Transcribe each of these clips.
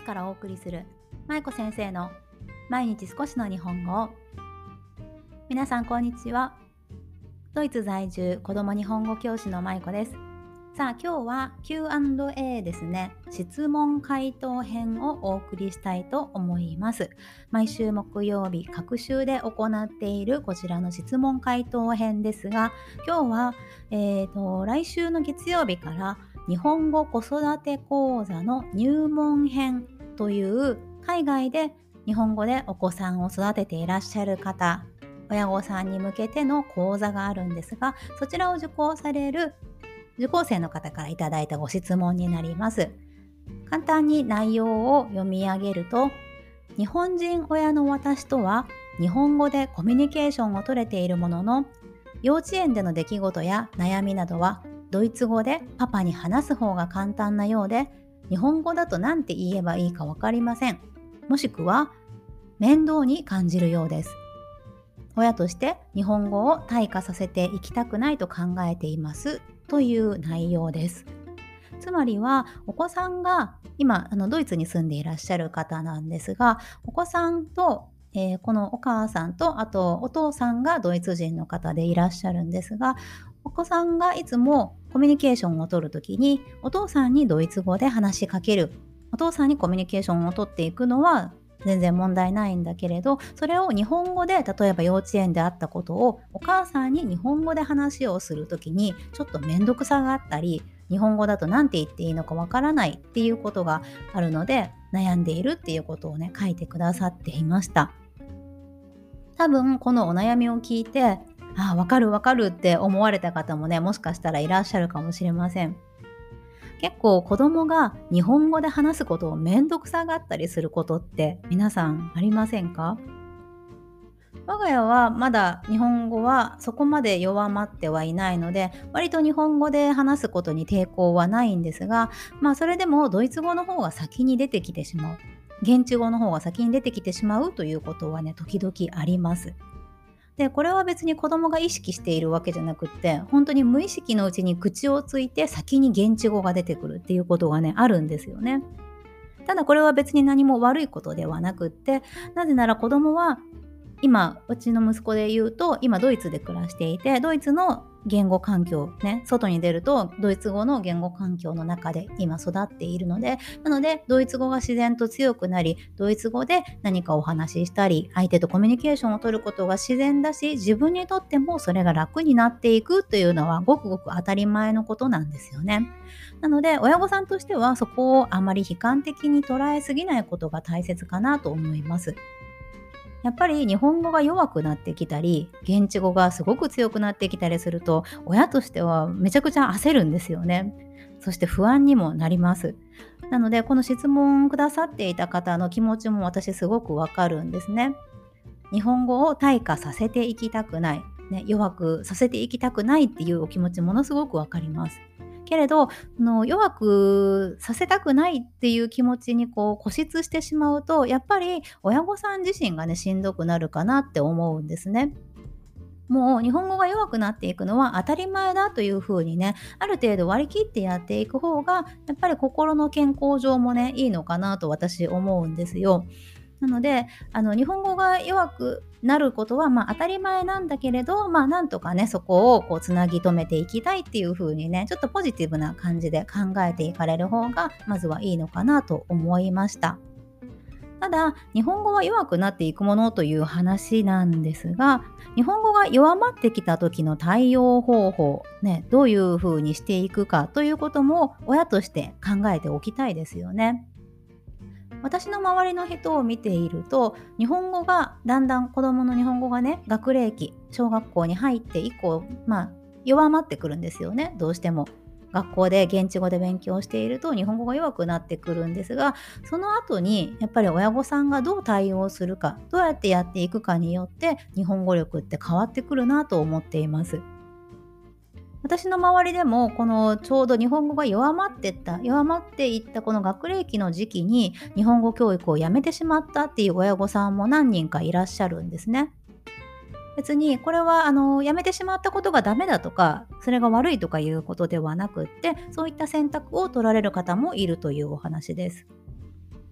からお送りするまいこ先生の毎日少しの日本語。皆さんこんにちは。ドイツ在住子供日本語教師のまいこです。さあ今日は Q&A ですね。質問回答編をお送りしたいと思います。毎週木曜日各週で行っているこちらの質問回答編ですが、今日は、来週の月曜日から日本語子育て講座の入門編という海外で日本語でお子さんを育てていらっしゃる方、親御さんに向けての講座があるんですが、そちらを受講される受講生の方からいただいたご質問になります。簡単に内容を読み上げると、日本人親の私とは日本語でコミュニケーションを取れているものの、幼稚園での出来事や悩みなどはドイツ語でパパに話す方が簡単なようで、日本語だと何て言えばいいか分かりません。もしくは面倒に感じるようです。親として日本語を退化させていきたくないと考えていますという内容です。つまりはお子さんが今ドイツに住んでいらっしゃる方なんですが、お子さんと、このお母さんとあとお父さんがドイツ人の方でいらっしゃるんですが、お子さんがいつもコミュニケーションを取るときにお父さんにドイツ語で話しかける、お父さんにコミュニケーションを取っていくのは全然問題ないんだけれど、それを日本語で例えば幼稚園であったことをお母さんに日本語で話をするときにちょっと面倒くさがあったり、日本語だと何て言っていいのかわからないっていうことがあるので悩んでいるっていうことをね書いてくださっていました。多分このお悩みを聞いてわかるわかるって思われた方もねもしかしたらいらっしゃるかもしれません。結構子供が日本語で話すことをめんどくさがったりすることって皆さんありませんか？我が家はまだ日本語はそこまで弱まってはいないので、割と日本語で話すことに抵抗はないんですが、それでもドイツ語の方が先に出てきてしまう、現地語の方が先に出てきてしまうということはね時々あります。で、これは別に子供が意識しているわけじゃなくって、本当に無意識のうちに口をついて先に現地語が出てくるっていうことがねあるんですよね。ただこれは別に何も悪いことではなくって、なぜなら子供は今うちの息子で言うと今ドイツで暮らしていて、ドイツの言語環境ね、外に出るとドイツ語の言語環境の中で今育っているので、なのでドイツ語が自然と強くなり、ドイツ語で何かお話ししたり相手とコミュニケーションを取ることが自然だし、自分にとってもそれが楽になっていくというのはごくごく当たり前のことなんですよね。なので親御さんとしてはそこをあまり悲観的に捉えすぎないことが大切かなと思います。やっぱり日本語が弱くなってきたり、現地語がすごく強くなってきたりすると、親としてはめちゃくちゃ焦るんですよね。そして不安にもなります。なので、この質問をくださっていた方の気持ちも私すごくわかるんですね。日本語を退化させていきたくない、弱くさせていきたくないっていうお気持ちものすごくわかります。けれど弱くさせたくないっていう気持ちに固執してしまうと、やっぱり親御さん自身がねしんどくなるかなって思うんですね。もう日本語が弱くなっていくのは当たり前だというふうにね、ある程度割り切ってやっていく方がやっぱり心の健康上もねいいのかなと私思うんですよ。なので日本語が弱くなることは当たり前なんだけれど、なんとかねそこをつなぎ止めていきたいっていう風にね、ちょっとポジティブな感じで考えていかれる方がまずはいいのかなと思いました。ただ日本語は弱くなっていくものという話なんですが、日本語が弱まってきた時の対応方法、どういう風にしていくかということも親として考えておきたいですよね。私の周りの人を見ていると、日本語がだんだん子どもの日本語がね学齢期小学校に入って以降弱まってくるんですよね。どうしても学校で現地語で勉強していると日本語が弱くなってくるんですが、その後にやっぱり親御さんがどう対応するか、どうやってやっていくかによって日本語力って変わってくるなと思っています。私の周りでもこのちょうど日本語が弱まっていったこの学齢期の時期に日本語教育をやめてしまったっていう親御さんも何人かいらっしゃるんですね。別にこれはやめてしまったことがダメだとかそれが悪いとかいうことではなくって、そういった選択を取られる方もいるというお話です。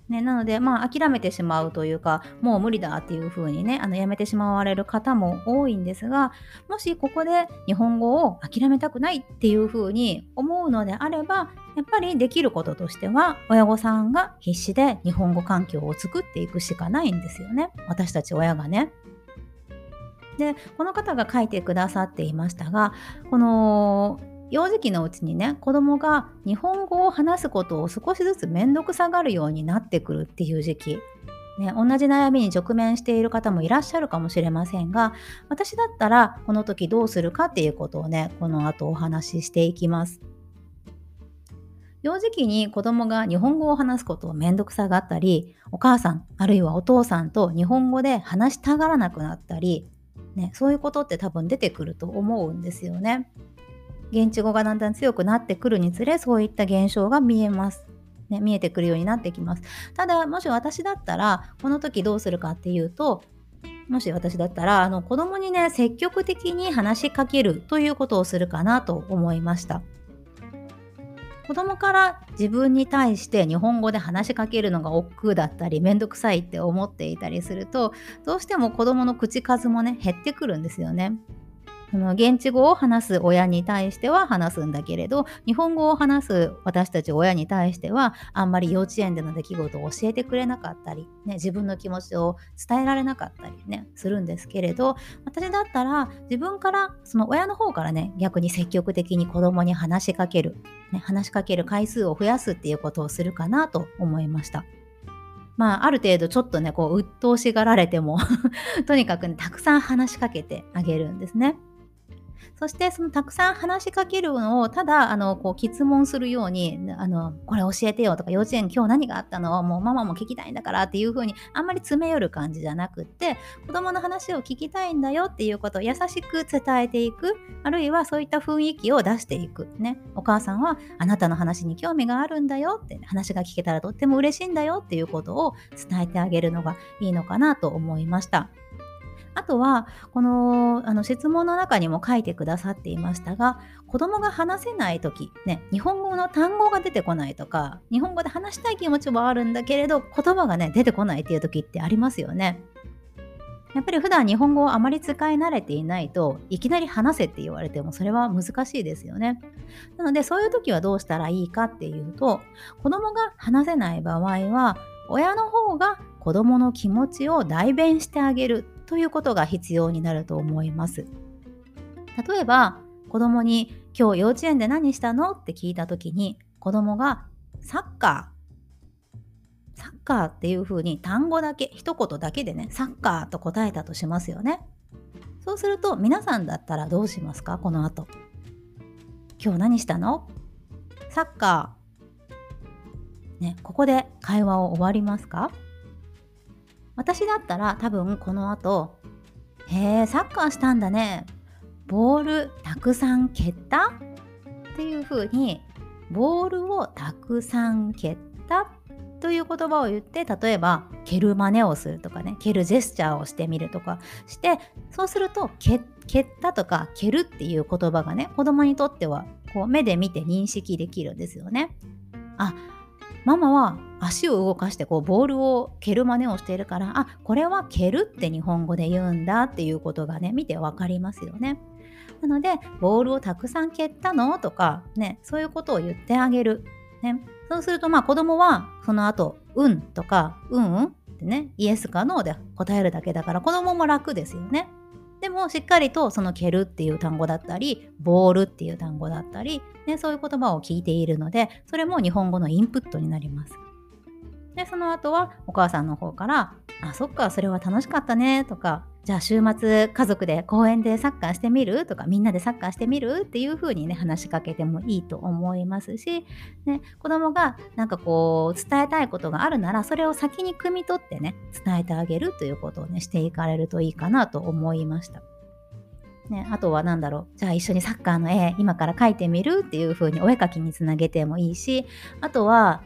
ね、なので、諦めてしまうというか、もう無理だっていう風にね、やめてしまわれる方も多いんですが、もしここで日本語を諦めたくないっていう風に思うのであれば、やっぱりできることとしては、親御さんが必死で日本語環境を作っていくしかないんですよね。私たち親がね。で、この方が書いてくださっていましたが、この幼児期のうちにね、子供が日本語を話すことを少しずつ面倒くさがるようになってくるっていう時期、ね、同じ悩みに直面している方もいらっしゃるかもしれませんが、私だったらこの時どうするかっていうことをね、この後お話ししていきます。幼児期に子供が日本語を話すことを面倒くさがったり、お母さんあるいはお父さんと日本語で話したがらなくなったり、ね、そういうことって多分出てくると思うんですよね。現地語がだんだん強くなってくるにつれ、そういった現象が見えます。ね、見えてくるようになってきます。ただ、もし私だったら、この時どうするかっていうと、もし私だったら、子供にね、積極的に話しかけるということをするかなと思いました。子供から自分に対して日本語で話しかけるのが億劫だったり、めんどくさいって思っていたりすると、どうしても子供の口数もね、減ってくるんですよね。現地語を話す親に対しては話すんだけれど、日本語を話す私たち親に対しては、あんまり幼稚園での出来事を教えてくれなかったり、ね、自分の気持ちを伝えられなかったりね、するんですけれど、私だったら自分から、その親の方からね、逆に積極的に子供に話しかける、ね、話しかける回数を増やすっていうことをするかなと思いました。ある程度ちょっとね、鬱陶しがられてもとにかくね、たくさん話しかけてあげるんですね。そしてそのたくさん話しかけるのをただ詰問するように、これ教えてよとか、幼稚園今日何があったの、もうママも聞きたいんだからっていう風にあんまり詰め寄る感じじゃなくって、子供の話を聞きたいんだよっていうことを優しく伝えていく、あるいはそういった雰囲気を出していくね。お母さんはあなたの話に興味があるんだよって、話が聞けたらとっても嬉しいんだよっていうことを伝えてあげるのがいいのかなと思いました。あとは、この、質問の中にも書いてくださっていましたが、子供が話せない時、ね、日本語の単語が出てこないとか、日本語で話したい気持ちはあるんだけれど、言葉がね、出てこないっていう時ってありますよね。やっぱり普段日本語をあまり使い慣れていないと、いきなり話せって言われてもそれは難しいですよね。なので、そういう時はどうしたらいいかっていうと、子供が話せない場合は、親の方が子供の気持ちを代弁してあげるということが必要になると思います。例えば、子供に今日幼稚園で何したのって聞いた時に、子供がサッカサッカーっていう風に単語だけ、一言だけでね、サッカーと答えたとしますよね。そうすると皆さんだったらどうしますか？この後。今日何したの？サッカー。ね、ここで会話を終わりますか？私だったら多分この後、へえ、サッカーしたんだね。ボールたくさん蹴った？っていう風に、ボールをたくさん蹴ったという言葉を言って、例えば蹴る真似をするとかね、蹴るジェスチャーをしてみるとかして、そうすると蹴ったとか蹴るっていう言葉がね、子供にとっては目で見て認識できるんですよね。あ、ママは足を動かしてボールを蹴る真似をしているから、あ、これは蹴るって日本語で言うんだっていうことがね、見てわかりますよね。なので、ボールをたくさん蹴ったのとかね、そういうことを言ってあげる。ね、そうすると子供はその後、うんとか、うんうんってね、イエスかノーで答えるだけだから、子供も楽ですよね。でもしっかりとその蹴るっていう単語だったり、ボールっていう単語だったり、ね、そういう言葉を聞いているので、それも日本語のインプットになります。で、その後はお母さんの方から、あ、そっか、それは楽しかったねとか、じゃあ週末家族で公園でサッカーしてみるとか、みんなでサッカーしてみるっていう風にね、話しかけてもいいと思いますし、ね、子供が伝えたいことがあるなら、それを先に汲み取ってね、伝えてあげるということをね、していかれるといいかなと思いました。ね、あとはじゃあ一緒にサッカーの絵今から描いてみるっていう風にお絵描きにつなげてもいいし、あとは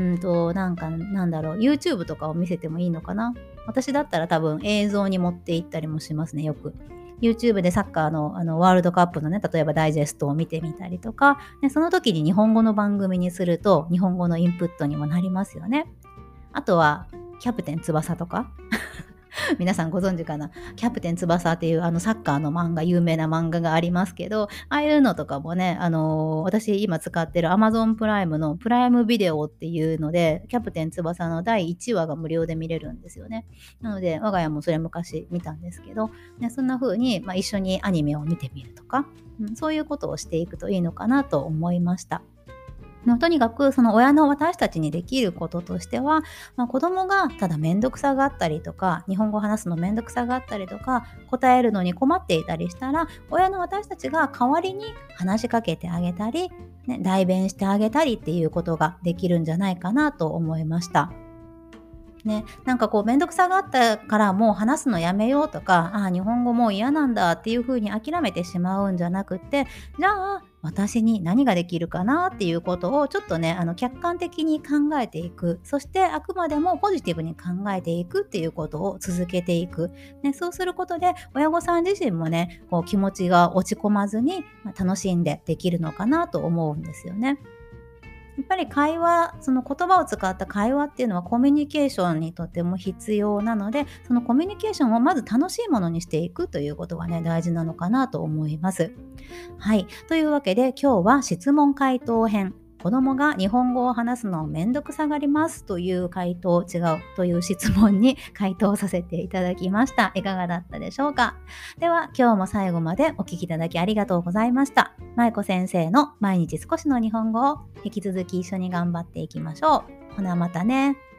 YouTube とかを見せてもいいのかな。私だったら多分映像に持って行ったりもしますね、よく。YouTube でサッカーのワールドカップのね、例えばダイジェストを見てみたりとか、ね、その時に日本語の番組にすると日本語のインプットにもなりますよね。 あとはキャプテン翼とか皆さんご存知かな。キャプテン翼っていうサッカーの漫画、有名な漫画がありますけど、ああいうのとかもね、私今使ってる Amazon プライムのプライムビデオっていうので、キャプテン翼の第1話が無料で見れるんですよね。なので、我が家もそれ昔見たんですけど、ね、そんな風に、一緒にアニメを見てみるとか、そういうことをしていくといいのかなと思いました。とにかくその親の私たちにできることとしては、子供がただ面倒くさがあったりとか、日本語を話すの面倒くさがあったりとか、答えるのに困っていたりしたら、親の私たちが代わりに話しかけてあげたり、ね、代弁してあげたりっていうことができるんじゃないかなと思いました。ね、なんかこうめんどくさがったからもう話すのやめようとか、日本語もう嫌なんだっていう風に諦めてしまうんじゃなくって、じゃあ私に何ができるかなっていうことをちょっとね、客観的に考えていく。そしてあくまでもポジティブに考えていくっていうことを続けていく。ね、そうすることで親御さん自身もね、こう気持ちが落ち込まずに、楽しんでできるのかなと思うんですよね。やっぱり会話、その言葉を使った会話っていうのはコミュニケーションにとても必要なので、そのコミュニケーションをまず楽しいものにしていくということがね、大事なのかなと思います。はい。というわけで今日は質問回答編。子供が日本語を話すのをめんどくさがりますというという質問に回答させていただきました。いかがだったでしょうか。では今日も最後までお聞きいただきありがとうございました。まいこ先生の毎日少しの日本語を引き続き一緒に頑張っていきましょう。ほなまたね。